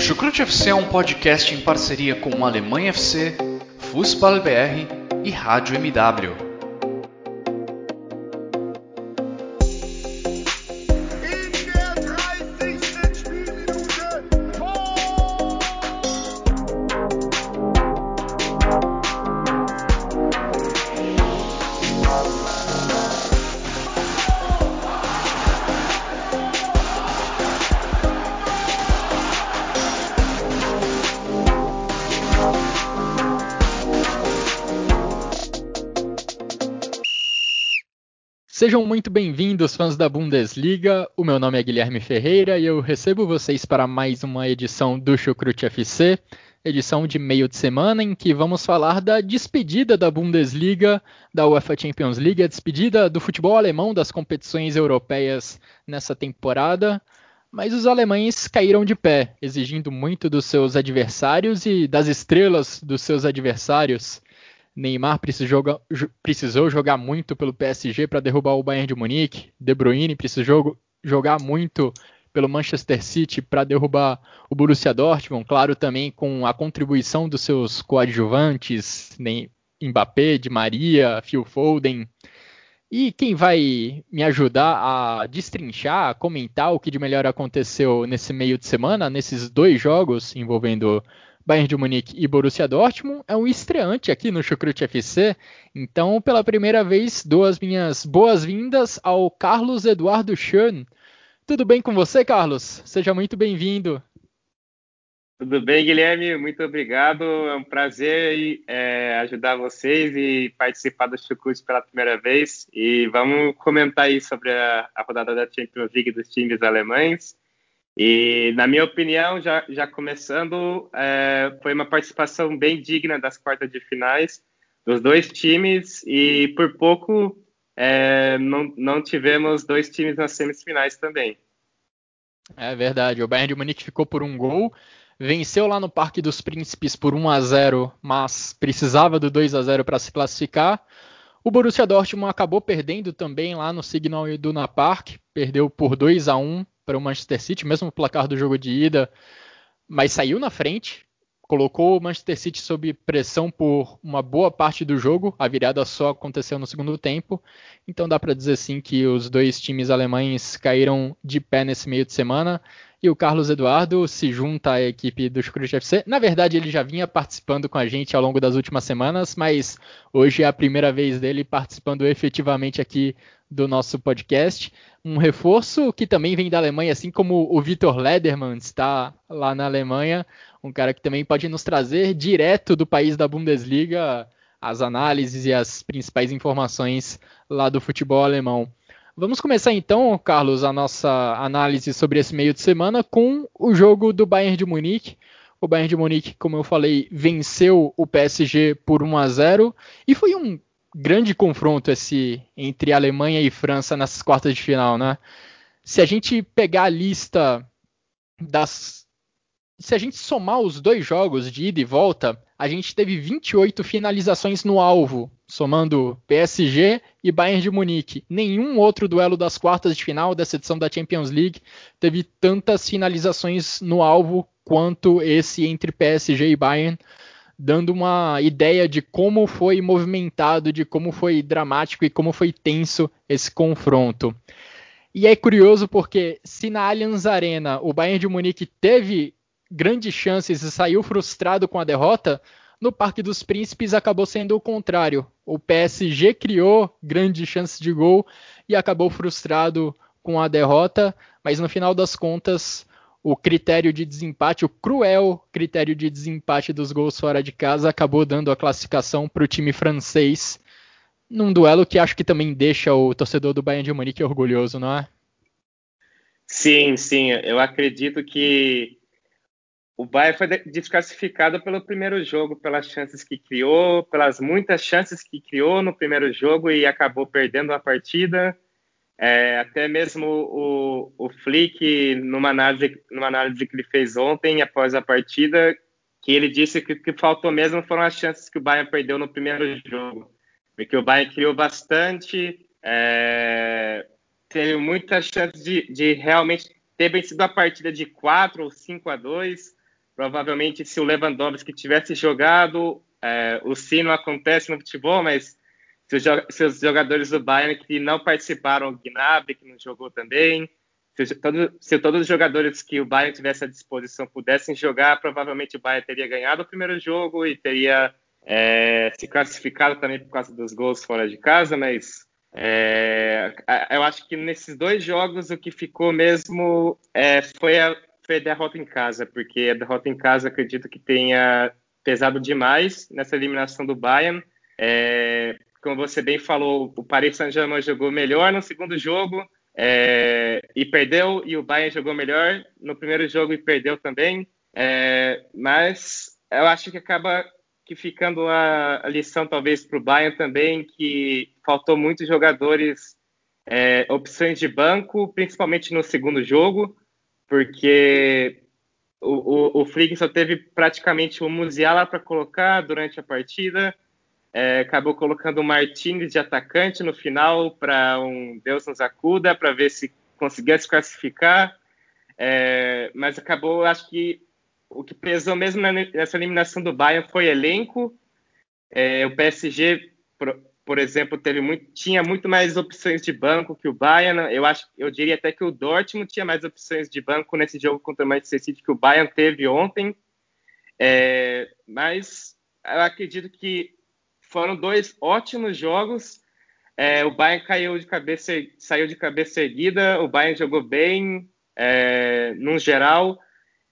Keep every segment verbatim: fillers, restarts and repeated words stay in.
Chucrute F C é um podcast em parceria com Alemanha F C, Fußball B R e Rádio M W. Sejam muito bem-vindos, fãs da Bundesliga. O meu nome é Guilherme Ferreira e eu recebo vocês para mais uma edição do Chucrute F C, edição de meio de semana em que vamos falar da despedida da Bundesliga, da UEFA Champions League, a despedida do futebol alemão das competições europeias nessa temporada. Mas os alemães caíram de pé, exigindo muito dos seus adversários e das estrelas dos seus adversários. Neymar precisou, precisou jogar muito pelo P S G para derrubar o Bayern de Munique. De Bruyne precisou jogar muito pelo Manchester City para derrubar o Borussia Dortmund. Claro, também com a contribuição dos seus coadjuvantes, Mbappé, Di Maria, Phil Foden. E quem vai me ajudar a destrinchar, a comentar o que de melhor aconteceu nesse meio de semana, nesses dois jogos envolvendo Bayern de Munique e Borussia Dortmund, é um estreante aqui no Chucrute F C. Então, pela primeira vez, dou as minhas boas-vindas ao Carlos Eduardo Schön. Tudo bem com você, Carlos? Seja muito bem-vindo. Tudo bem, Guilherme? Muito obrigado. É um prazer é, ajudar vocês e participar do Chucrute pela primeira vez. E vamos comentar aí sobre a, a rodada da Champions League dos times alemães. E, na minha opinião, já, já começando, é, foi uma participação bem digna das quartas de finais dos dois times e, por pouco, é, não, não tivemos dois times nas semifinais também. É verdade, o Bayern de Munique ficou por um gol, venceu lá no Parque dos Príncipes por um a zero, mas precisava do dois a zero para se classificar. O Borussia Dortmund acabou perdendo também lá no Signal Iduna Park, perdeu por dois a um para o Manchester City, mesmo o placar do jogo de ida, mas saiu na frente, colocou o Manchester City sob pressão por uma boa parte do jogo, a virada só aconteceu no segundo tempo, então dá para dizer sim que os dois times alemães caíram de pé nesse meio de semana, e o Carlos Eduardo se junta à equipe do Chucrute F C. Na verdade, ele já vinha participando com a gente ao longo das últimas semanas, mas hoje é a primeira vez dele participando efetivamente aqui do nosso podcast. Um reforço que também vem da Alemanha, assim como o Vitor Lederman está lá na Alemanha, um cara que também pode nos trazer direto do país da Bundesliga as análises e as principais informações lá do futebol alemão. Vamos começar então, Carlos, a nossa análise sobre esse meio de semana com o jogo do Bayern de Munique. O Bayern de Munique, como eu falei, venceu o P S G por um a zero e foi um grande confronto esse entre Alemanha e França nessas quartas de final, né? Se a gente pegar a lista das... Se a gente somar os dois jogos de ida e volta, a gente teve vinte e oito finalizações no alvo, somando P S G e Bayern de Munique. Nenhum outro duelo das quartas de final dessa edição da Champions League teve tantas finalizações no alvo quanto esse entre P S G e Bayern, dando uma ideia de como foi movimentado, de como foi dramático e como foi tenso esse confronto. E é curioso porque se na Allianz Arena o Bayern de Munique teve grandes chances e saiu frustrado com a derrota, no Parque dos Príncipes acabou sendo o contrário. O P S G criou grandes chances de gol e acabou frustrado com a derrota, mas no final das contas o critério de desempate, o cruel critério de desempate dos gols fora de casa acabou dando a classificação para o time francês, num duelo que acho que também deixa o torcedor do Bayern de Munique orgulhoso, não é? Sim, sim, eu acredito que o Bayern foi desclassificado pelo primeiro jogo, pelas chances que criou, pelas muitas chances que criou no primeiro jogo e acabou perdendo a partida. É, até mesmo o, o Flick, numa análise, numa análise que ele fez ontem, após a partida, que ele disse que o que faltou mesmo foram as chances que o Bayern perdeu no primeiro jogo. Porque o Bayern criou bastante, é, teve muitas chances de, de realmente ter vencido a partida de quatro ou cinco a dois. provavelmente se o Lewandowski tivesse jogado, é, o sim não acontece no futebol, mas se os, se os jogadores do Bayern que não participaram, o Gnabry, que não jogou também, se, todo, se todos os jogadores que o Bayern tivesse à disposição pudessem jogar, provavelmente o Bayern teria ganhado o primeiro jogo e teria é, se classificado também por causa dos gols fora de casa, mas é, eu acho que nesses dois jogos o que ficou mesmo é, foi, a, foi a derrota em casa, porque a derrota em casa acredito que tenha pesado demais nessa eliminação do Bayern. É, como você bem falou, o Paris Saint-Germain jogou melhor no segundo jogo é, e perdeu, e o Bayern jogou melhor no primeiro jogo e perdeu também, é, mas eu acho que acaba que ficando a, a lição talvez para o Bayern também, que faltou muitos jogadores, é, opções de banco, principalmente no segundo jogo, porque o, o, o Flick só teve praticamente o Musiala para colocar durante a partida, é, acabou colocando o Martínez de atacante no final para um Deus nos acuda, para ver se conseguia se classificar, é, mas acabou, acho que o que pesou mesmo nessa eliminação do Bayern foi elenco. É, o P S G, por, por exemplo, teve muito, tinha muito mais opções de banco que o Bayern. Eu acho, eu diria até que o Dortmund tinha mais opções de banco nesse jogo contra o Manchester City que o Bayern teve ontem. É, mas eu acredito que foram dois ótimos jogos. É, o Bayern caiu de cabeça, saiu de cabeça erguida. O Bayern jogou bem, é, no geral.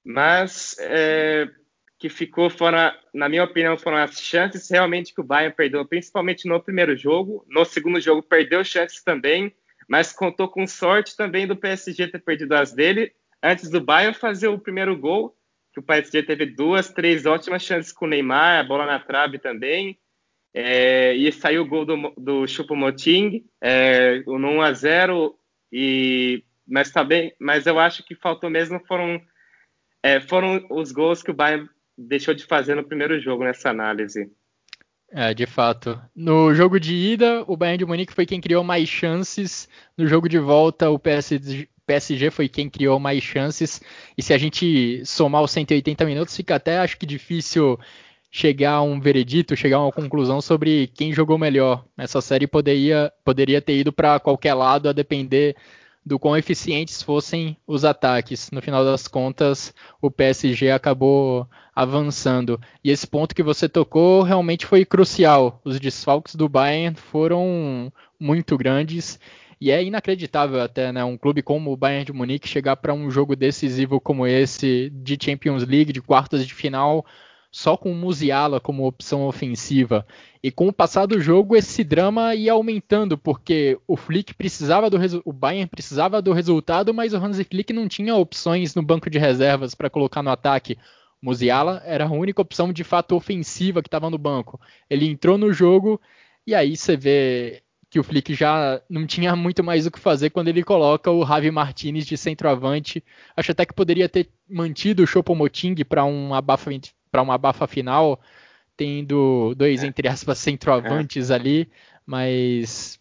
Mas é, que ficou fora, na minha opinião, foram as chances realmente que o Bayern perdeu, principalmente no primeiro jogo. No segundo jogo perdeu chances também, mas contou com sorte também do P S G ter perdido as dele antes do Bayern fazer o primeiro gol, que o P S G teve duas, três ótimas chances com o Neymar, a bola na trave também, é, e saiu o gol do, do Choupo-Moting, é, no um a zero, e, mas, tá bem, mas eu acho que faltou mesmo foram É, foram os gols que o Bayern deixou de fazer no primeiro jogo nessa análise. É, de fato. No jogo de ida, o Bayern de Munique foi quem criou mais chances. No jogo de volta, o P S G foi quem criou mais chances. E se a gente somar os cento e oitenta minutos, fica até, acho que, difícil chegar a um veredito, chegar a uma conclusão sobre quem jogou melhor. Essa série poderia, poderia ter ido para qualquer lado, a depender do quão eficientes fossem os ataques. No final das contas, o P S G acabou avançando. E esse ponto que você tocou realmente foi crucial. Os desfalques do Bayern foram muito grandes. E é inacreditável até, né, um clube como o Bayern de Munique chegar para um jogo decisivo como esse, de Champions League, de quartas de final, só com o Musiala como opção ofensiva. E com o passar do jogo, esse drama ia aumentando, porque o Flick precisava do o Bayern precisava do resultado, mas o Hansi Flick não tinha opções no banco de reservas para colocar no ataque. O Musiala era a única opção de fato ofensiva que estava no banco. Ele entrou no jogo e aí você vê que o Flick já não tinha muito mais o que fazer quando ele coloca o Javi Martinez de centroavante. Acho até que poderia ter mantido o Choupo-Moting para um abafa para uma abafa final, tendo dois, entre aspas, centroavantes ali, mas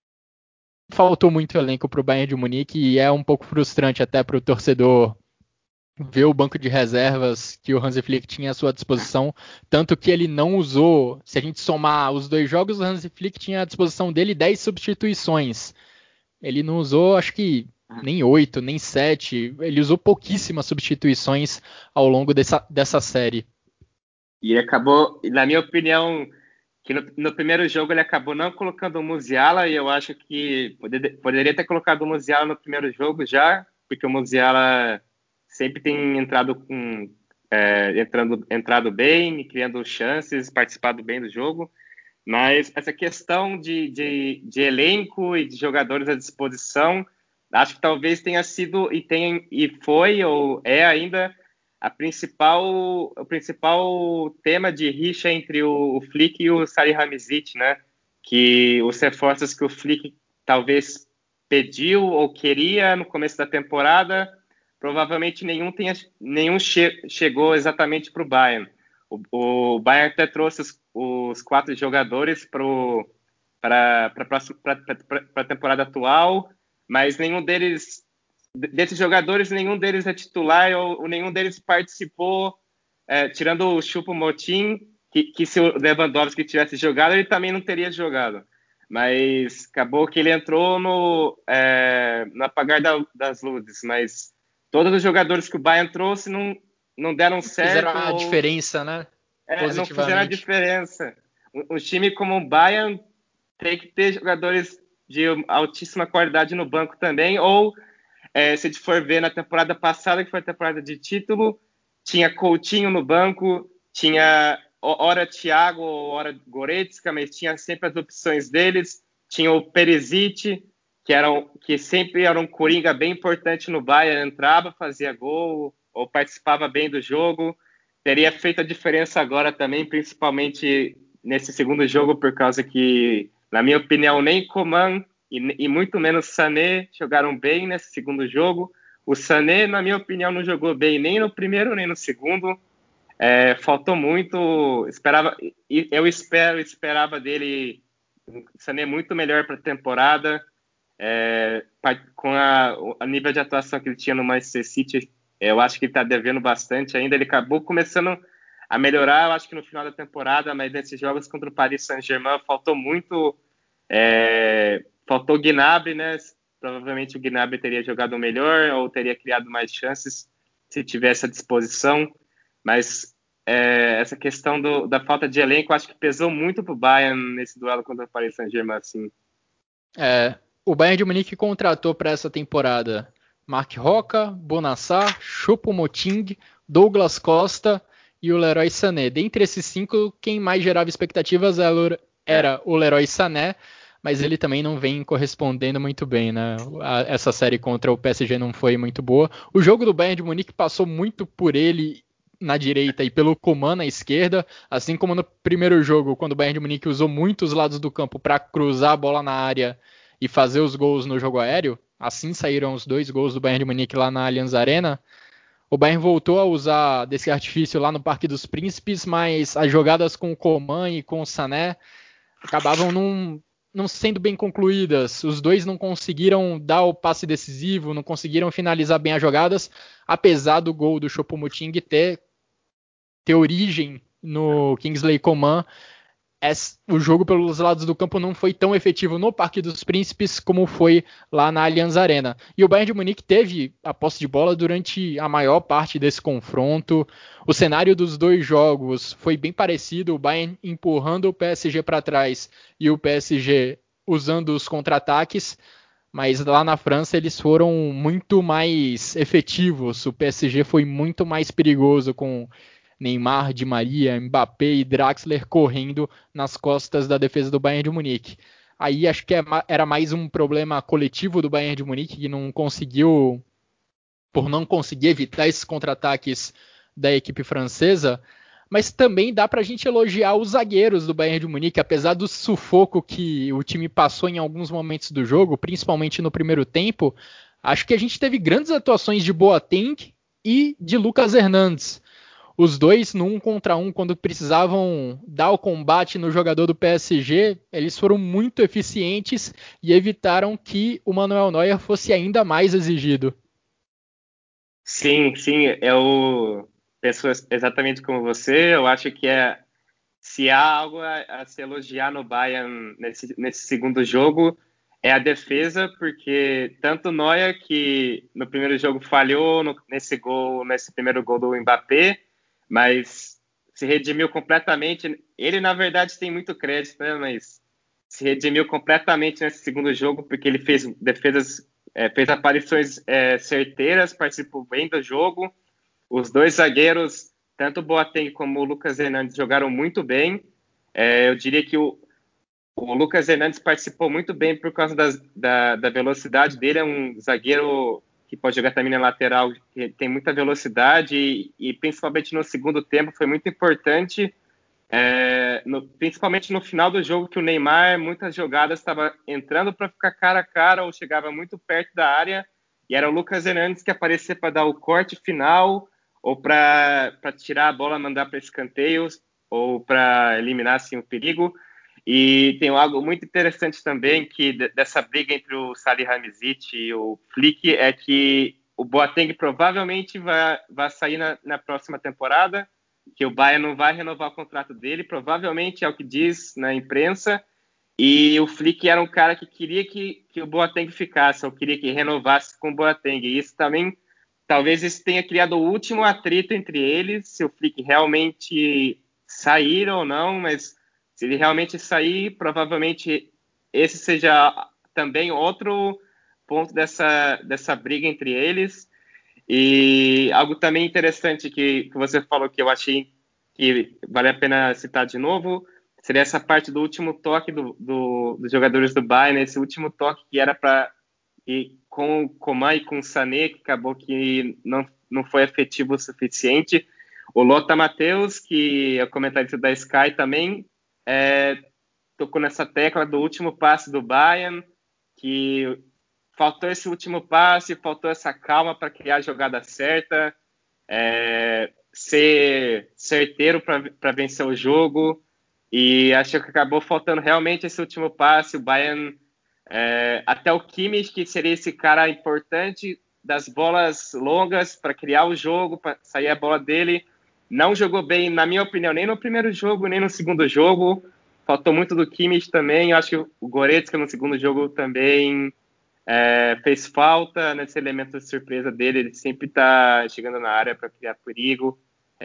faltou muito elenco para o Bayern de Munique e é um pouco frustrante até para o torcedor ver o banco de reservas que o Hansi Flick tinha à sua disposição, tanto que ele não usou, se a gente somar os dois jogos, o Hansi Flick tinha à disposição dele dez substituições. Ele não usou, acho que nem oito, nem sete, ele usou pouquíssimas substituições ao longo dessa, dessa série. E ele acabou, na minha opinião, que no, no primeiro jogo ele acabou não colocando o Musiala, e eu acho que poder, poderia ter colocado o Musiala no primeiro jogo já, porque o Musiala sempre tem entrado com é, entrando, entrado bem, criando chances, participado bem do jogo, mas essa questão de, de, de elenco e de jogadores à disposição, acho que talvez tenha sido e, tem, e foi ou é ainda a principal, o principal tema de rixa entre o, o Flick e o Salihamidzic, né? Que os reforços que o Flick talvez pediu ou queria no começo da temporada, provavelmente nenhum, tenha, nenhum che, chegou exatamente para o Bayern. O Bayern até trouxe os, os quatro jogadores para a temporada atual, mas nenhum deles, desses jogadores, nenhum deles é titular ou, ou nenhum deles participou é, tirando o Choupo-Moting, que, que se o Lewandowski tivesse jogado, ele também não teria jogado. Mas acabou que ele entrou no, é, no apagar da, das luzes. Mas todos os jogadores que o Bayern trouxe não, não deram certo. Fizeram a ou, diferença, né? É, não fizeram a diferença. Um, um time como o Bayern tem que ter jogadores de altíssima qualidade no banco também, ou é, se a gente for ver na temporada passada, que foi a temporada de título, tinha Coutinho no banco, tinha hora Thiago, hora Goretzka, mas tinha sempre as opções deles, tinha o Perisic, que, era um, que sempre era um coringa bem importante no Bayern, entrava, fazia gol, ou participava bem do jogo, teria feito a diferença agora também, principalmente nesse segundo jogo, por causa que, na minha opinião, nem Coman e, e muito menos Sané jogaram bem nesse segundo jogo. O Sané, na minha opinião, não jogou bem nem no primeiro nem no segundo. É, faltou muito. Esperava, eu espero, esperava dele o Sané muito melhor para a temporada. É, com a, a nível de atuação que ele tinha no Manchester City, eu acho que ele está devendo bastante ainda. Ele acabou começando a melhorar, eu acho que no final da temporada, mas nesses jogos contra o Paris Saint-Germain faltou muito. É, faltou o Gnabry, né? Provavelmente o Gnabry teria jogado melhor ou teria criado mais chances se tivesse à disposição. Mas é, essa questão do, da falta de elenco, acho que pesou muito para o Bayern nesse duelo contra o Paris Saint-Germain, assim. É, o Bayern de Munique contratou para essa temporada Marc Roca, Bonassar, Choupo-Moting, Douglas Costa e o Leroy Sané. Dentre esses cinco, quem mais gerava expectativas era o Leroy Sané, mas ele também não vem correspondendo muito bem, né? Essa série contra o P S G não foi muito boa. O jogo do Bayern de Munique passou muito por ele na direita e pelo Coman na esquerda, assim como no primeiro jogo, quando o Bayern de Munique usou muitos lados do campo para cruzar a bola na área e fazer os gols no jogo aéreo. Assim saíram os dois gols do Bayern de Munique lá na Allianz Arena. O Bayern voltou a usar desse artifício lá no Parque dos Príncipes, mas as jogadas com o Coman e com o Sané acabavam num, não sendo bem concluídas. Os dois não conseguiram dar o passe decisivo, não conseguiram finalizar bem as jogadas, apesar do gol do Choupo-Moting ter, ter origem no Kingsley Coman. O jogo pelos lados do campo não foi tão efetivo no Parque dos Príncipes como foi lá na Allianz Arena. E o Bayern de Munique teve a posse de bola durante a maior parte desse confronto. O cenário dos dois jogos foi bem parecido, o Bayern empurrando o P S G para trás e o P S G usando os contra-ataques, mas lá na França eles foram muito mais efetivos. O P S G foi muito mais perigoso, com Neymar, Di Maria, Mbappé e Draxler correndo nas costas da defesa do Bayern de Munique. Aí acho que era mais um problema coletivo do Bayern de Munique, que não conseguiu, por não conseguir evitar esses contra-ataques da equipe francesa, mas também dá para a gente elogiar os zagueiros do Bayern de Munique, apesar do sufoco que o time passou em alguns momentos do jogo, principalmente no primeiro tempo. Acho que a gente teve grandes atuações de Boateng e de Lucas Hernandes. Os dois, no um contra um, quando precisavam dar o combate no jogador do P S G, eles foram muito eficientes e evitaram que o Manuel Neuer fosse ainda mais exigido. Sim, sim, eu penso exatamente como você. Eu acho que é, se há algo a, a se elogiar no Bayern nesse, nesse segundo jogo, é a defesa, porque tanto o Neuer, que no primeiro jogo falhou no, nesse gol, nesse primeiro gol do Mbappé, mas se redimiu completamente. Ele, na verdade, tem muito crédito, né? Mas se redimiu completamente nesse segundo jogo, porque ele fez defesas, é, fez aparições é, certeiras, participou bem do jogo. Os dois zagueiros, tanto o Boateng como o Lucas Hernandes, jogaram muito bem. É, eu diria que o, o Lucas Hernandes participou muito bem por causa das, da, da velocidade dele. É um zagueiro que pode jogar também na lateral, que tem muita velocidade e, e principalmente no segundo tempo foi muito importante, é, no, principalmente no final do jogo, que o Neymar, muitas jogadas, estava entrando para ficar cara a cara ou chegava muito perto da área e era o Lucas Hernandes que aparecia para dar o corte final ou para tirar a bola, mandar para escanteios ou para eliminar assim, o perigo. E tem algo muito interessante também, que dessa briga entre o Salihamidzic e o Flick, é que o Boateng provavelmente vai, vai sair na, na próxima temporada que o Bayern não vai renovar o contrato dele, provavelmente é o que diz na imprensa, e o Flick era um cara que queria que, que o Boateng ficasse, ou queria que renovasse com o Boateng, e isso também, talvez isso tenha criado o último atrito entre eles, se o Flick realmente sair ou não, mas se ele realmente sair, provavelmente esse seja também outro ponto dessa, dessa briga entre eles. E algo também interessante que, que você falou que eu achei que vale a pena citar de novo, seria essa parte do último toque do, do, dos jogadores do Bayern, esse último toque que era para com o Coman e com o Sané, que acabou que não, não foi efetivo o suficiente. O Lothar Matthäus, que é o comentarista da Sky também, é, tocou nessa tecla do último passe do Bayern, que faltou esse último passe, faltou essa calma para criar a jogada certa, é, ser certeiro para vencer o jogo, e acho que acabou faltando realmente esse último passe. O Bayern, é, até o Kimmich, que seria esse cara importante das bolas longas para criar o jogo, para sair a bola dele, não jogou bem, na minha opinião, nem no primeiro jogo, nem no segundo jogo. Faltou muito do Kimmich também. Eu acho que o Goretzka no segundo jogo também é, fez falta nesse elemento de surpresa dele. Ele sempre está chegando na área para criar perigo.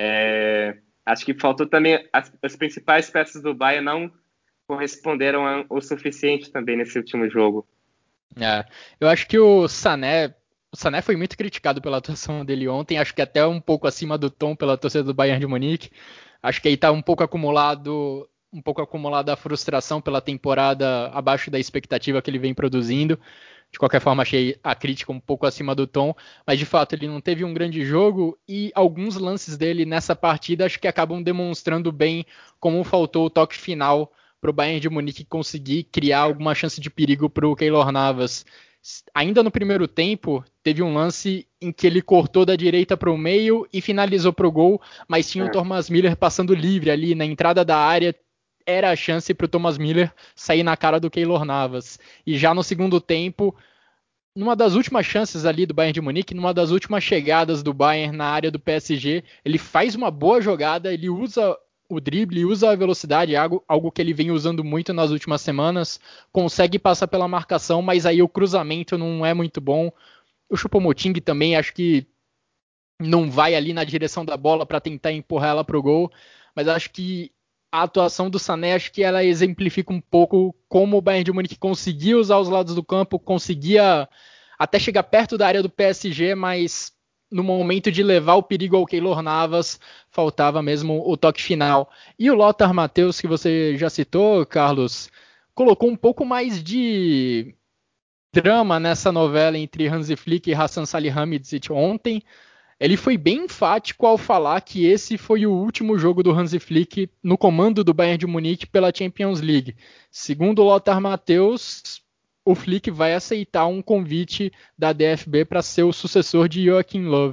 É, acho que faltou também, as, as principais peças do Bayern não corresponderam a, o suficiente também nesse último jogo. É, eu acho que o Sané, o Sané foi muito criticado pela atuação dele ontem, acho que até um pouco acima do tom pela torcida do Bayern de Munique. Acho que aí está um pouco acumulado, um pouco acumulada a frustração pela temporada abaixo da expectativa que ele vem produzindo. De qualquer forma, achei a crítica um pouco acima do tom, mas de fato ele não teve um grande jogo e alguns lances dele nessa partida acho que acabam demonstrando bem como faltou o toque final para o Bayern de Munique conseguir criar alguma chance de perigo para o Keylor Navas. Ainda no primeiro tempo, teve um lance em que ele cortou da direita para o meio e finalizou para o gol, mas tinha o Thomas Müller passando livre ali na entrada da área. Era a chance para o Thomas Müller sair na cara do Keylor Navas. E já no segundo tempo, numa das últimas chances ali do Bayern de Munique, numa das últimas chegadas do Bayern na área do P S G, ele faz uma boa jogada, ele usa o drible, usa a velocidade, algo, algo que ele vem usando muito nas últimas semanas, consegue passar pela marcação, mas aí o cruzamento não é muito bom. O Choupo-Moting também acho que não vai ali na direção da bola para tentar empurrar ela para o gol, mas acho que a atuação do Sané, acho que ela exemplifica um pouco como o Bayern de Munique conseguia usar os lados do campo, conseguia até chegar perto da área do P S G, mas no momento de levar o perigo ao Keylor Navas, faltava mesmo o toque final. E o Lothar Matthäus, que você já citou, Carlos, colocou um pouco mais de drama nessa novela entre Hansi Flick e Hasan Salihamidzic ontem. Ele foi bem enfático ao falar que esse foi o último jogo do Hansi Flick no comando do Bayern de Munique pela Champions League. Segundo o Lothar Matthäus, o Flick vai aceitar um convite da D F B para ser o sucessor de Joachim Löw.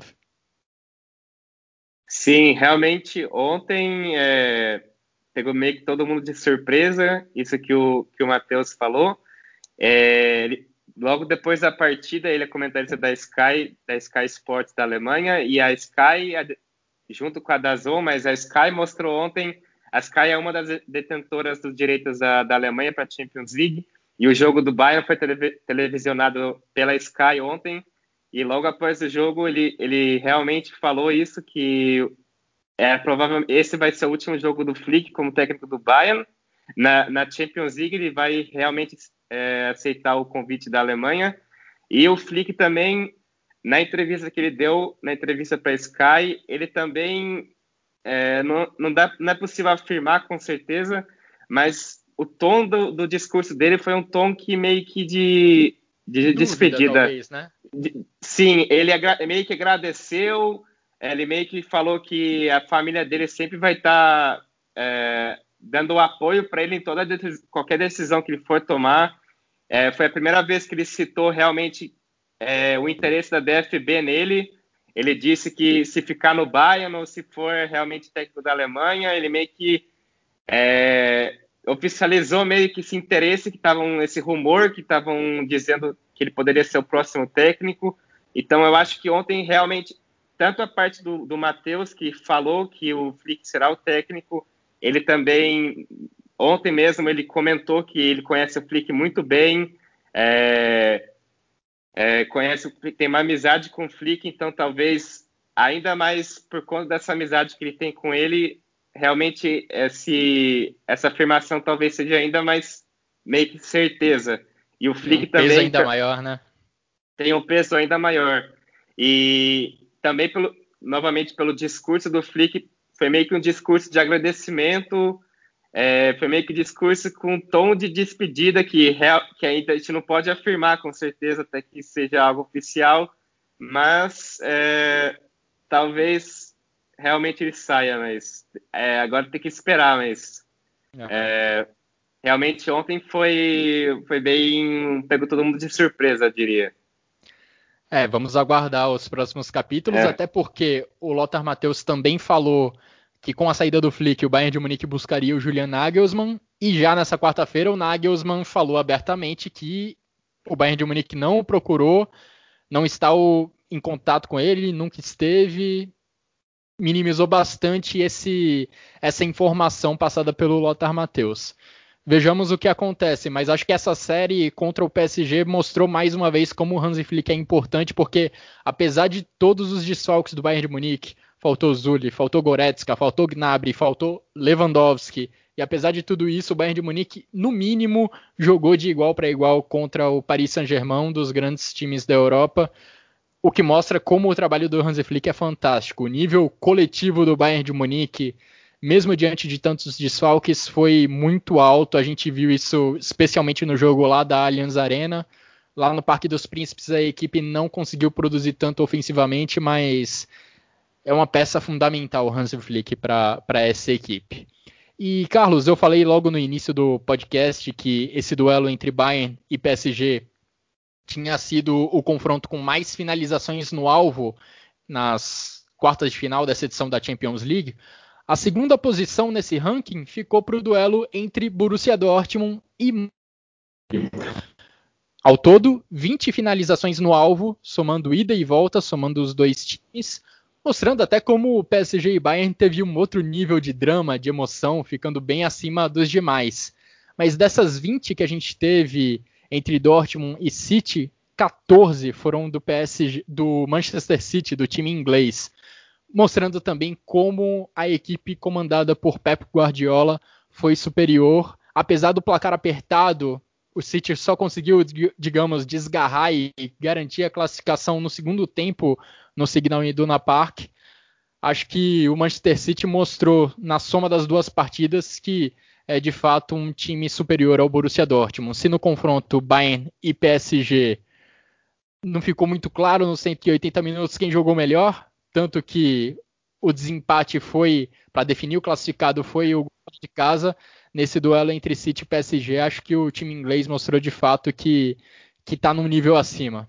Sim, realmente ontem é, pegou meio que todo mundo de surpresa, isso que o, que o Matthäus falou. É, ele, logo depois da partida, ele é comentarista da Sky, da Sky Sports da Alemanha, e a Sky, a, junto com a D A Z N, mas a Sky mostrou ontem, a Sky é uma das detentoras dos direitos da, da Alemanha para a Champions League, e o jogo do Bayern foi tele, televisionado pela Sky ontem, e logo após o jogo ele, ele realmente falou isso, que é, provavelmente esse vai ser o último jogo do Flick como técnico do Bayern. Na, na Champions League ele vai realmente é, aceitar o convite da Alemanha. E o Flick também, na entrevista que ele deu, na entrevista para a Sky, ele também, é, não, não, dá, não é possível afirmar com certeza, mas o tom do, do discurso dele foi um tom que meio que de, de, de despedida. Dúvida, talvez, né? De, sim, ele agra, meio que agradeceu, ele meio que falou que a família dele sempre vai estar tá, é, dando apoio para ele em toda qualquer decisão que ele for tomar. É, foi a primeira vez que ele citou realmente é, o interesse da D F B nele. Ele disse que se ficar no Bayern ou se for realmente técnico da Alemanha, ele meio que é, oficializou meio que esse interesse, que estavam, esse rumor que estavam dizendo que ele poderia ser o próximo técnico. Então eu acho que ontem realmente tanto a parte do, do Matheus, que falou que o Flick será o técnico, ele também, ontem mesmo, ele comentou que ele conhece o Flick muito bem, é, é, conhece, tem uma amizade com o Flick, então talvez, ainda mais por conta dessa amizade que ele tem com ele, realmente esse, essa afirmação talvez seja ainda mais meio que certeza. E o Flick um peso também ainda maior, né? Tem um peso ainda maior. E também, pelo, novamente, pelo discurso do Flick, foi meio que um discurso de agradecimento, é, foi meio que um discurso com um tom de despedida que, real, que ainda a gente não pode afirmar com certeza até que seja algo oficial, mas é, talvez realmente ele saia, mas é, agora tem que esperar, mas é, realmente ontem foi, foi bem, pegou todo mundo de surpresa, eu diria. É, vamos aguardar os próximos capítulos, É. até porque o Lothar Matthäus também falou que com a saída do Flick, o Bayern de Munique buscaria o Julian Nagelsmann, e já nessa quarta-feira o Nagelsmann falou abertamente que o Bayern de Munique não o procurou, não está o, em contato com ele, nunca esteve, minimizou bastante esse, essa informação passada pelo Lothar Matthäus. Vejamos o que acontece, mas acho que essa série contra o P S G mostrou mais uma vez como o Hansi Flick é importante, porque apesar de todos os desfalques do Bayern de Munique, faltou Zulli, faltou Goretzka, faltou Gnabry, faltou Lewandowski, e apesar de tudo isso, o Bayern de Munique, no mínimo, jogou de igual para igual contra o Paris Saint-Germain, um dos grandes times da Europa, o que mostra como o trabalho do Hansi Flick é fantástico. O nível coletivo do Bayern de Munique, mesmo diante de tantos desfalques, foi muito alto. A gente viu isso especialmente no jogo lá da Allianz Arena. Lá no Parque dos Príncipes a equipe não conseguiu produzir tanto ofensivamente, mas é uma peça fundamental o Hansi Flick para essa equipe. E, Carlos, eu falei logo no início do podcast que esse duelo entre Bayern e P S G tinha sido o confronto com mais finalizações no alvo nas quartas de final dessa edição da Champions League. A segunda posição nesse ranking ficou para o duelo entre Borussia Dortmund e ao todo, vinte finalizações no alvo, somando ida e volta, somando os dois times, mostrando até como o P S G e Bayern teve um outro nível de drama, de emoção, ficando bem acima dos demais. Mas dessas vinte que a gente teve entre Dortmund e City, quatorze foram do P S G, do Manchester City, do time inglês, mostrando também como a equipe comandada por Pep Guardiola foi superior, apesar do placar apertado. O City só conseguiu, digamos, desgarrar e garantir a classificação no segundo tempo no Signal Iduna Park. Acho que o Manchester City mostrou na soma das duas partidas que é de fato um time superior ao Borussia Dortmund. Se no confronto Bayern e P S G não ficou muito claro nos cento e oitenta minutos quem jogou melhor, tanto que o desempate foi, para definir o classificado, foi o de casa. Nesse duelo entre City e P S G, acho que o time inglês mostrou de fato que que está num nível acima.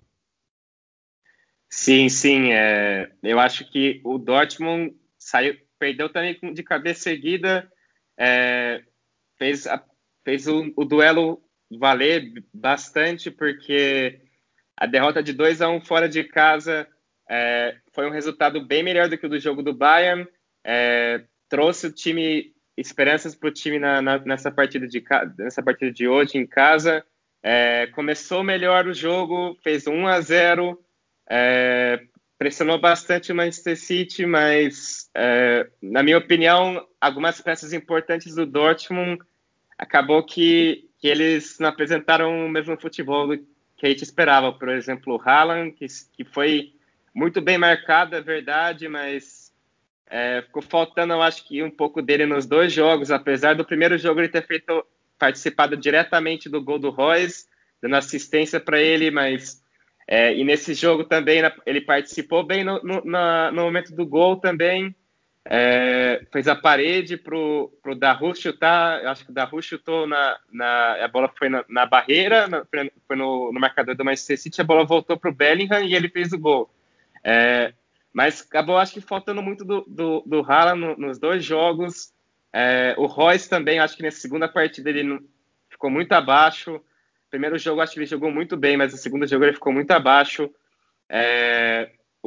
Sim, sim. É, eu acho que o Dortmund saiu, perdeu também de cabeça erguida, é, fez, a, fez o, o duelo valer bastante, porque a derrota de dois a um fora de casa é, foi um resultado bem melhor do que o do jogo do Bayern, é, trouxe o time, esperanças para o time na, na, nessa, partida de, nessa partida de hoje em casa, é, começou melhor o jogo, fez um a zero, é, pressionou bastante o Manchester City, mas, é, na minha opinião, algumas peças importantes do Dortmund acabou que, que eles não apresentaram o mesmo futebol que a gente esperava. Por exemplo, o Haaland, que, que foi muito bem marcado, é verdade, mas é, ficou faltando, eu acho que um pouco dele nos dois jogos, apesar do primeiro jogo ele ter feito, participado diretamente do gol do Royce, dando assistência para ele, mas é, e nesse jogo também ele participou bem no, no, na, no momento do gol também. É, fez a parede pro, pro Daru chutar. Eu acho que o Daru chutou na, na a bola foi na, na barreira, na, foi no, no marcador do Manchester City, a bola voltou pro Bellingham e ele fez o gol. É, mas acabou, acho que faltando muito do, do, do Haaland no, nos dois jogos. É, o Royce também, acho que nessa segunda partida ele não, ficou muito abaixo. Primeiro jogo acho que ele jogou muito bem, mas no segundo jogo ele ficou muito abaixo. É, o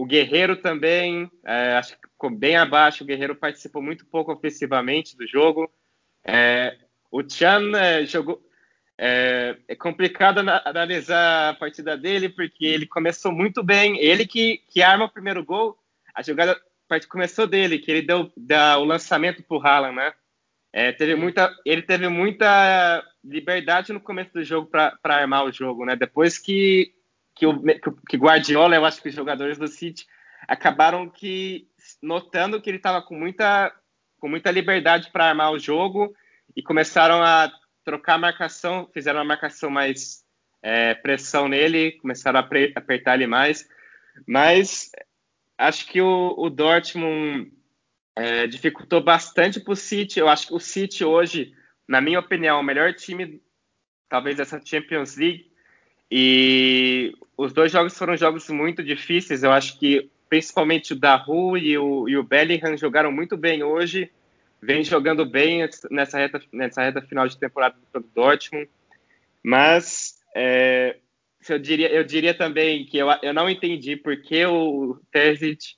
o Guerreiro também, é, acho que ficou bem abaixo. O Guerreiro participou muito pouco ofensivamente do jogo. É, o Chan é, jogou. É, é complicado analisar a partida dele, porque ele começou muito bem. Ele que, que arma o primeiro gol. A jogada começou dele, que ele deu, deu o lançamento para o Haaland, né? É, teve muita, ele teve muita liberdade no começo do jogo para armar o jogo, né? Depois que, que, o, que Guardiola, eu acho que os jogadores do City acabaram que, notando que ele estava com muita, com muita liberdade para armar o jogo e começaram a trocar a marcação, fizeram uma marcação mais é, pressão nele, começaram a apertar ele mais. Mas acho que o, o Dortmund é, dificultou bastante para o City. Eu acho que o City hoje, na minha opinião, é o melhor time, talvez, dessa Champions League. E os dois jogos foram jogos muito difíceis. Eu acho que principalmente o Dahoud e o, e o Bellingham jogaram muito bem hoje. Vem jogando bem nessa reta, nessa reta final de temporada do Dortmund. Mas é, eu, diria, eu diria também que eu, eu não entendi por que o Terzic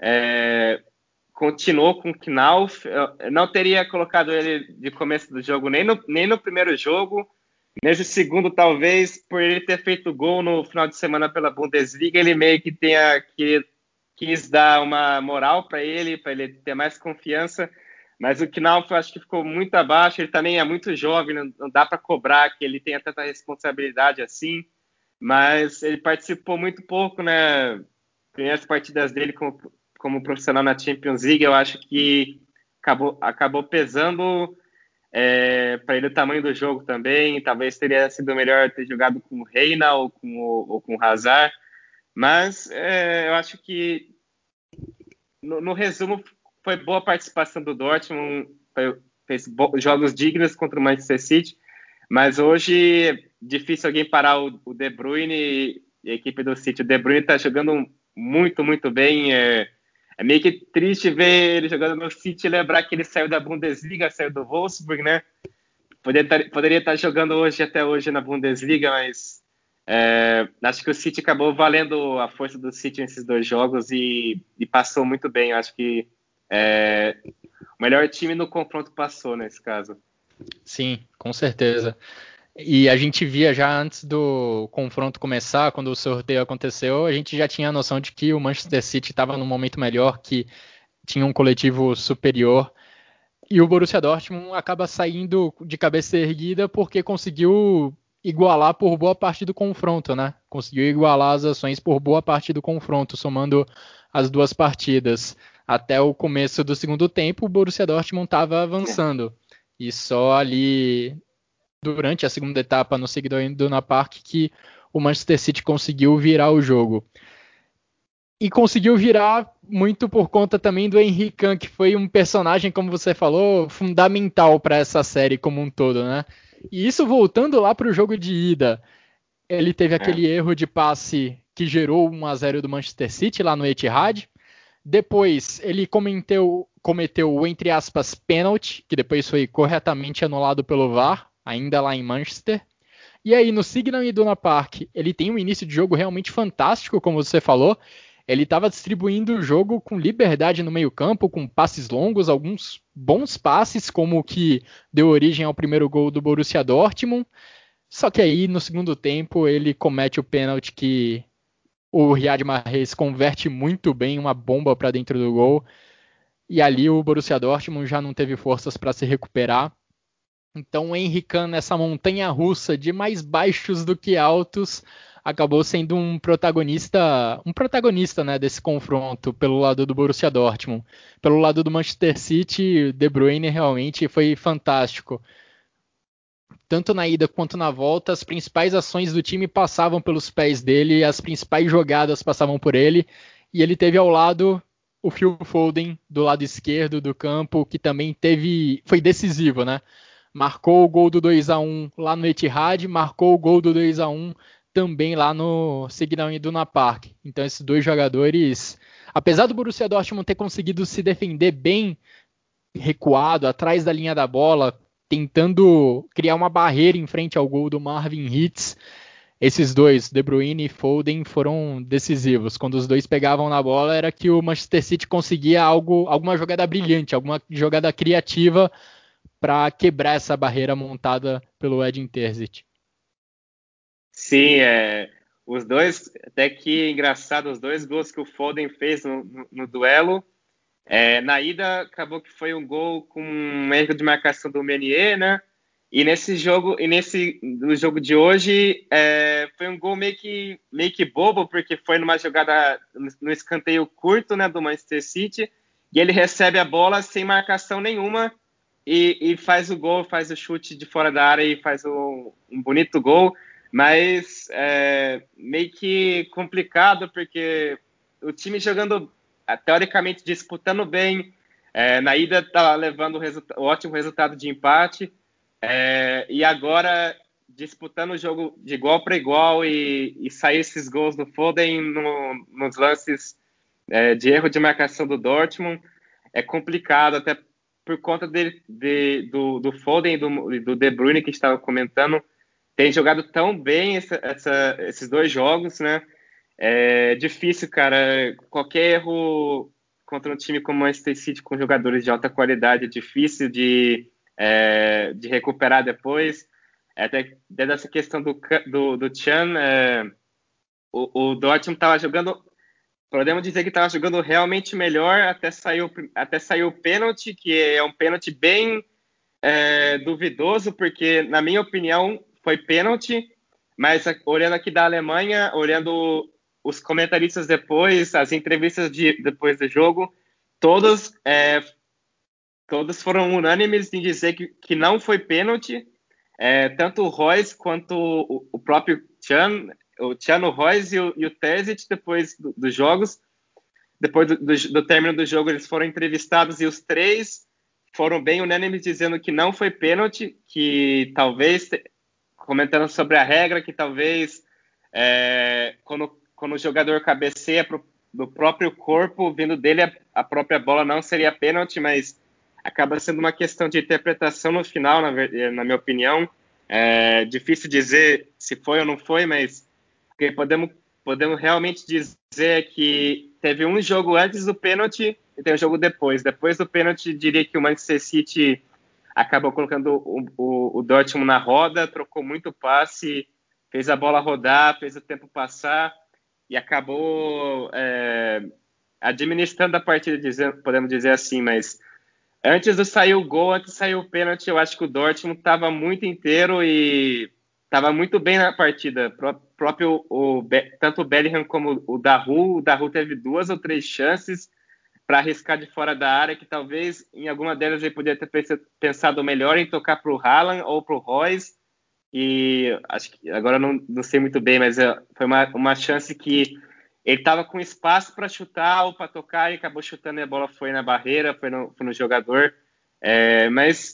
é, continuou com o Knauf. Eu não teria colocado ele de começo do jogo, nem no, nem no primeiro jogo, nem no segundo, talvez, por ele ter feito gol no final de semana pela Bundesliga. Ele meio que tenha, que, quis dar uma moral para ele, para ele ter mais confiança. Mas o Knauf, eu acho que ficou muito abaixo. Ele também é muito jovem, não, não dá para cobrar que ele tenha tanta responsabilidade assim. Mas ele participou muito pouco, né? Primeiras partidas dele como, como profissional na Champions League, eu acho que acabou, acabou pesando é, para ele o tamanho do jogo também. Talvez teria sido melhor ter jogado com o Reina ou com o, ou com o Hazard. Mas é, eu acho que, no, no resumo, foi boa a participação do Dortmund, foi, fez jogos dignos contra o Manchester City, mas hoje é difícil alguém parar o, o De Bruyne e, e a equipe do City. O De Bruyne está jogando muito, muito bem. É, é meio que triste ver ele jogando no City e lembrar que ele saiu da Bundesliga, saiu do Wolfsburg, né? Poderia estar, poderia estar jogando hoje, até hoje, na Bundesliga, mas é, acho que o City acabou valendo a força do City nesses dois jogos e, e passou muito bem. Acho que é, o melhor time no confronto passou nesse caso. Sim, com certeza. E a gente via já antes do confronto começar, quando o sorteio aconteceu, a gente já tinha a noção de que o Manchester City estava num momento melhor, que tinha um coletivo superior. E o Borussia Dortmund acaba saindo de cabeça erguida porque conseguiu igualar por boa parte do confronto, né? Conseguiu igualar as ações por boa parte do confronto, somando as duas partidas. Até o começo do segundo tempo, o Borussia Dortmund estava avançando. E só ali, durante a segunda etapa, no seguidor do Iduna Park, que o Manchester City conseguiu virar o jogo. E conseguiu virar muito por conta também do Henry Khan, que foi um personagem, como você falou, fundamental para essa série como um todo, né? E isso voltando lá para o jogo de ida, ele teve aquele é. erro de passe que gerou um a zero do Manchester City lá no Etihad. Depois ele cometeu, cometeu o, entre aspas, pênalti, que depois foi corretamente anulado pelo V A R, ainda lá em Manchester. E aí no Signal Iduna Park, ele tem um início de jogo realmente fantástico, como você falou. Ele estava distribuindo o jogo com liberdade no meio-campo, com passes longos, alguns bons passes, como o que deu origem ao primeiro gol do Borussia Dortmund. Só que aí, no segundo tempo, ele comete o pênalti que o Riyad Mahrez converte muito bem, uma bomba para dentro do gol. E ali o Borussia Dortmund já não teve forças para se recuperar. Então o Henry Khan, nessa montanha russa de mais baixos do que altos, acabou sendo um protagonista, um protagonista, né, desse confronto pelo lado do Borussia Dortmund. Pelo lado do Manchester City, De Bruyne realmente foi fantástico. Tanto na ida quanto na volta, as principais ações do time passavam pelos pés dele, as principais jogadas passavam por ele, e ele teve ao lado o Phil Foden, do lado esquerdo do campo, que também teve, foi decisivo, né? Marcou o gol do dois a um lá no Etihad, marcou o gol do dois a um também lá no Signal Iduna Park. Então esses dois jogadores, apesar do Borussia Dortmund ter conseguido se defender bem recuado, atrás da linha da bola, tentando criar uma barreira em frente ao gol do Marvin Hitz, esses dois, De Bruyne e Foden, foram decisivos. Quando os dois pegavam na bola, era que o Manchester City conseguia algo, alguma jogada brilhante, alguma jogada criativa para quebrar essa barreira montada pelo Edin Terzic. Sim, é, os dois, até que engraçado, os dois gols que o Foden fez no, no, no duelo, é, na ida acabou que foi um gol com um erro de marcação do Meunier, né? E nesse jogo, e nesse no jogo de hoje, é, foi um gol meio que, meio que bobo, porque foi numa jogada no escanteio curto, né, do Manchester City, e ele recebe a bola sem marcação nenhuma e, e faz o gol, faz o chute de fora da área e faz um, um bonito gol, mas é, meio que complicado, porque o time jogando, teoricamente, disputando bem, é, na ida estava levando o, resulta- o ótimo resultado de empate, é, e agora, disputando o jogo de igual para igual e, e sair esses gols do Foden no, nos lances é, de erro de marcação do Dortmund, é complicado, até por conta de, de, do, do Foden e do, do De Bruyne, que estava comentando, tem jogado tão bem essa, essa, esses dois jogos, né? É difícil, cara. Qualquer erro contra um time como o Manchester City, com jogadores de alta qualidade, é difícil de é, de recuperar depois. Até desde essa questão do, do, do Chan, é, o, o Dortmund estava jogando, podemos dizer que estava jogando realmente melhor até sair, o, até sair o pênalti, que é um pênalti bem é, duvidoso, porque, na minha opinião, foi pênalti, mas olhando aqui da Alemanha, olhando os comentaristas depois, as entrevistas de, depois do jogo, todos é, todos foram unânimes em dizer que, que não foi pênalti. É, tanto o Royce quanto o, o próprio Chan, o Chan, o Royce e o, e o Terzic, depois do, dos jogos, depois do, do, do término do jogo, eles foram entrevistados e os três foram bem unânimes dizendo que não foi pênalti, que talvez, comentando sobre a regra, que talvez é, quando, quando o jogador cabeceia pro, do próprio corpo, vindo dele a, a própria bola, não seria pênalti, mas acaba sendo uma questão de interpretação no final, na, na minha opinião. É difícil dizer se foi ou não foi, mas o que podemos, podemos realmente dizer que teve um jogo antes do pênalti e tem um jogo depois. Depois do pênalti, diria que o Manchester City acabou colocando o, o, o Dortmund na roda, trocou muito passe, fez a bola rodar, fez o tempo passar e acabou é, administrando a partida, dizendo, podemos dizer assim, mas antes de sair o gol, antes de sair o pênalti, eu acho que o Dortmund estava muito inteiro e estava muito bem na partida. Pró próprio o, tanto o Bellingham como o Dahoud, o Dahoud teve duas ou três chances para arriscar de fora da área, que talvez em alguma delas ele poderia ter pensado melhor em tocar para o Haaland ou para o Royce. E acho que agora não, não sei muito bem, mas foi uma, uma chance que ele estava com espaço para chutar ou para tocar e acabou chutando e a bola foi na barreira, foi no, foi no jogador. É, mas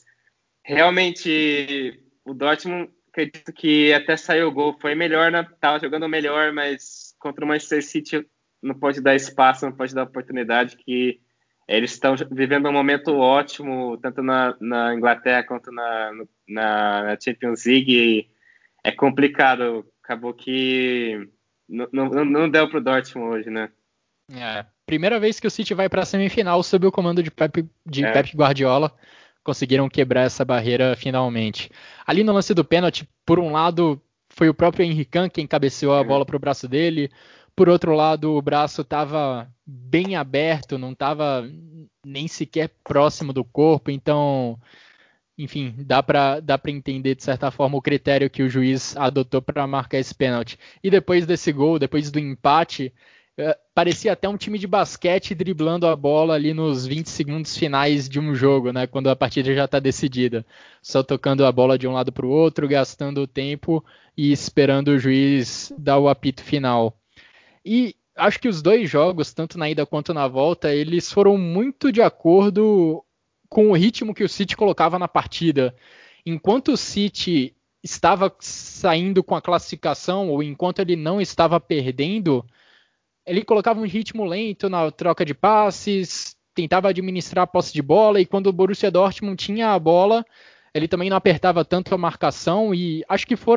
realmente o Dortmund, acredito que até saiu o gol, foi melhor, estava jogando melhor, mas contra o Manchester City não pode dar espaço, não pode dar oportunidade, que eles estão vivendo um momento ótimo, tanto na, na Inglaterra quanto na, na Champions League. E é complicado, acabou que não, não, não deu pro Dortmund hoje, né? É, primeira vez que o City vai para a semifinal sob o comando de Pep, de É. Pep Guardiola. Conseguiram quebrar essa barreira finalmente. Ali no lance do pênalti, por um lado, foi o próprio Henry Can quem cabeceou a bola para o braço dele. Por outro lado, o braço estava bem aberto, não estava nem sequer próximo do corpo. Então, enfim, dá para dá para entender de certa forma o critério que o juiz adotou para marcar esse pênalti. E depois desse gol, depois do empate, parecia até um time de basquete driblando a bola ali nos vinte segundos finais de um jogo, né? Quando a partida já está decidida. Só tocando a bola de um lado para o outro, gastando o tempo e esperando o juiz dar o apito final. E acho que os dois jogos, tanto na ida quanto na volta, eles foram muito de acordo com o ritmo que o City colocava na partida. Enquanto o City estava saindo com a classificação, ou enquanto ele não estava perdendo, ele colocava um ritmo lento na troca de passes, tentava administrar a posse de bola, e quando o Borussia Dortmund tinha a bola, ele também não apertava tanto a marcação, e acho que foram,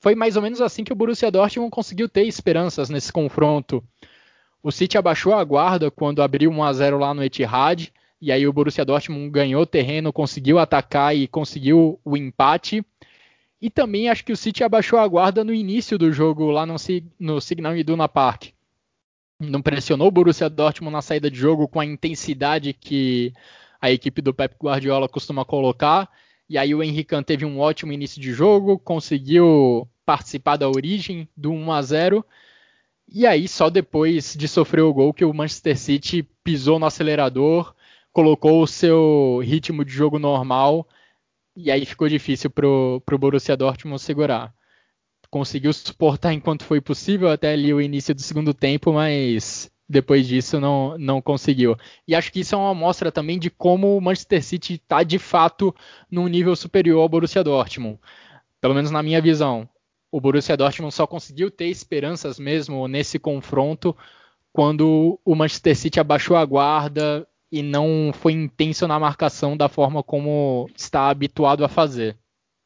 foi mais ou menos assim que o Borussia Dortmund conseguiu ter esperanças nesse confronto. O City abaixou a guarda quando abriu um a zero lá no Etihad, e aí o Borussia Dortmund ganhou terreno, conseguiu atacar e conseguiu o empate. E também acho que o City abaixou a guarda no início do jogo lá no, no Signal Iduna Park. Não pressionou o Borussia Dortmund na saída de jogo com a intensidade que a equipe do Pep Guardiola costuma colocar. E aí o Henry Khan teve um ótimo início de jogo, conseguiu participar da origem do um a zero. E aí só depois de sofrer o gol que o Manchester City pisou no acelerador, colocou o seu ritmo de jogo normal. E aí ficou difícil para o Borussia Dortmund segurar. Conseguiu suportar enquanto foi possível até ali o início do segundo tempo, mas depois disso não, não conseguiu. E acho que isso é uma amostra também de como o Manchester City está de fato num nível superior ao Borussia Dortmund. Pelo menos na minha visão. O Borussia Dortmund só conseguiu ter esperanças mesmo nesse confronto quando o Manchester City abaixou a guarda e não foi intenso na marcação da forma como está habituado a fazer.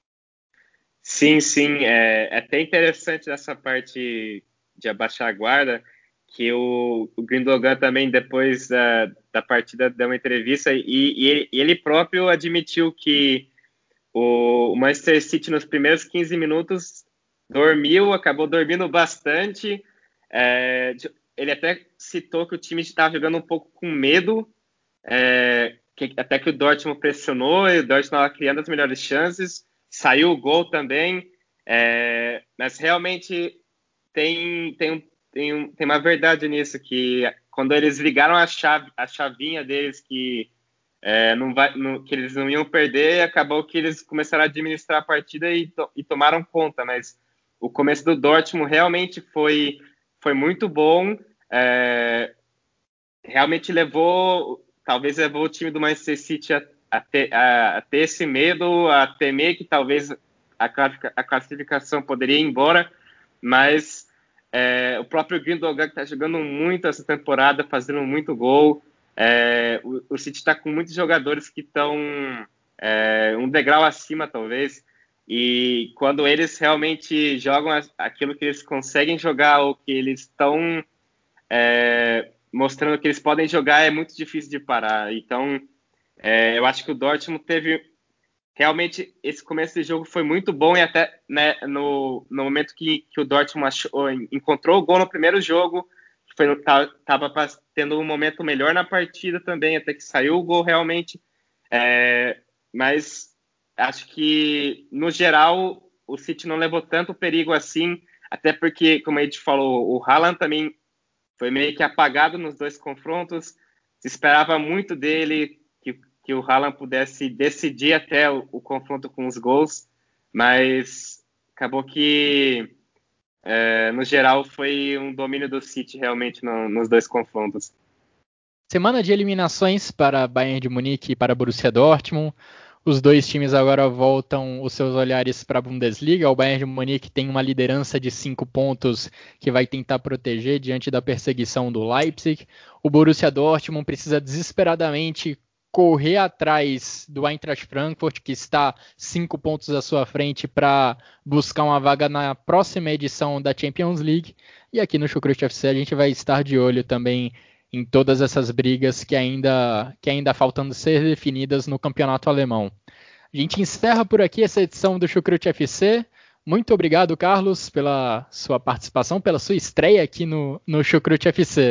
Sim, sim, é, é até interessante essa parte de abaixar a guarda, que o, o Gündogan também, depois da, da partida, deu uma entrevista e, e, ele, e ele próprio admitiu que o, o Manchester City, nos primeiros quinze minutos, dormiu, acabou dormindo bastante. É, ele até citou que o time estava jogando um pouco com medo, é, que, até que o Dortmund pressionou e o Dortmund estava criando as melhores chances. Saiu o gol também, é, mas realmente tem, tem, tem, tem uma verdade nisso, que quando eles ligaram a, chave, a chavinha deles que, é, não vai, não, que eles não iam perder, acabou que eles começaram a administrar a partida e, to, e tomaram conta, mas o começo do Dortmund realmente foi, foi muito bom, é, realmente levou, talvez levou o time do Manchester City a A ter, a, a ter esse medo, a temer que talvez a, a classificação poderia ir embora, mas é, o próprio Gündogan, que está jogando muito essa temporada, fazendo muito gol, é, o, o City está com muitos jogadores que estão é, um degrau acima, talvez, e quando eles realmente jogam aquilo que eles conseguem jogar, ou que eles estão é, mostrando que eles podem jogar, é muito difícil de parar. Então, É, eu acho que o Dortmund teve realmente, esse começo de jogo foi muito bom, e até, né, no, no momento que, que o Dortmund achou, encontrou o gol no primeiro jogo, foi estava tendo um momento melhor na partida também, até que saiu o gol realmente, é, mas acho que no geral o City não levou tanto perigo assim, até porque, como a gente falou, o Haaland também foi meio que apagado nos dois confrontos, se esperava muito dele, que que o Haaland pudesse decidir até o, o confronto com os gols, mas acabou que, é, no geral, foi um domínio do City realmente no, nos dois confrontos. Semana de eliminações para Bayern de Munique e para Borussia Dortmund. Os dois times agora voltam os seus olhares para a Bundesliga. O Bayern de Munique tem uma liderança de cinco pontos que vai tentar proteger diante da perseguição do Leipzig. O Borussia Dortmund precisa desesperadamente correr atrás do Eintracht Frankfurt, que está cinco pontos à sua frente, para buscar uma vaga na próxima edição da Champions League. E aqui no Chucrute F C a gente vai estar de olho também em todas essas brigas que ainda, que ainda faltam ser definidas no campeonato alemão. A gente encerra por aqui essa edição do Chucrute F C. Muito obrigado, Carlos, pela sua participação, pela sua estreia aqui no, no Chucrute F C.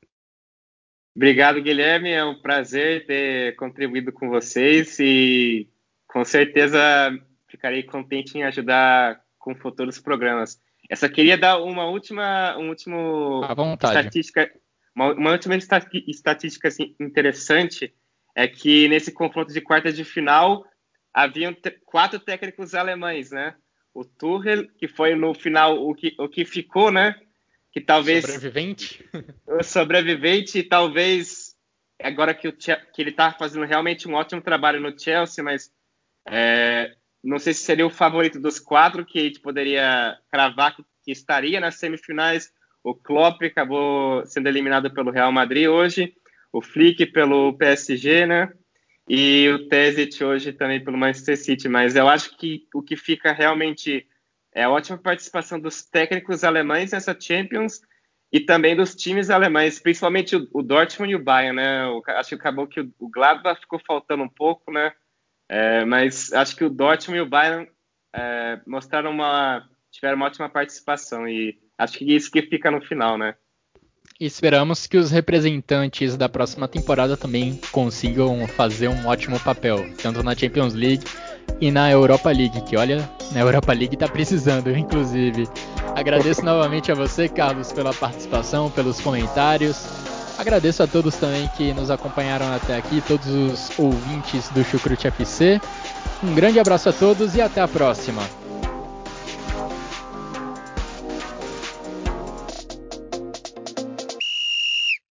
Obrigado, Guilherme. É um prazer ter contribuído com vocês e com certeza ficarei contente em ajudar com futuros programas. Eu só queria dar uma última, um último À vontade. estatística, uma, uma última estatística assim, interessante, é que nesse confronto de quartas de final haviam quatro técnicos alemães, né? O Tuchel, que foi no final o que, o que ficou, né? Que talvez sobrevivente, o sobrevivente, talvez agora que, o, que ele está fazendo realmente um ótimo trabalho no Chelsea, mas é, não sei se seria o favorito dos quatro que a gente poderia cravar que, que estaria nas semifinais. O Klopp acabou sendo eliminado pelo Real Madrid hoje, o Flick pelo P S G, né? E o Terzic hoje também pelo Manchester City, mas eu acho que o que fica realmente é a ótima participação dos técnicos alemães nessa Champions e também dos times alemães, principalmente o, o Dortmund e o Bayern, né? O, acho que acabou que o, o Gladbach ficou faltando um pouco, né? É, mas acho que o Dortmund e o Bayern é, mostraram uma, tiveram uma ótima participação e acho que isso que fica no final, né? E esperamos que os representantes da próxima temporada também consigam fazer um ótimo papel, tanto na Champions League e na Europa League, que olha, na Europa League tá precisando, inclusive. Agradeço novamente a você, Carlos, pela participação, pelos comentários. Agradeço a todos também que nos acompanharam até aqui, todos os ouvintes do Chucrute F C. Um grande abraço a todos e até a próxima.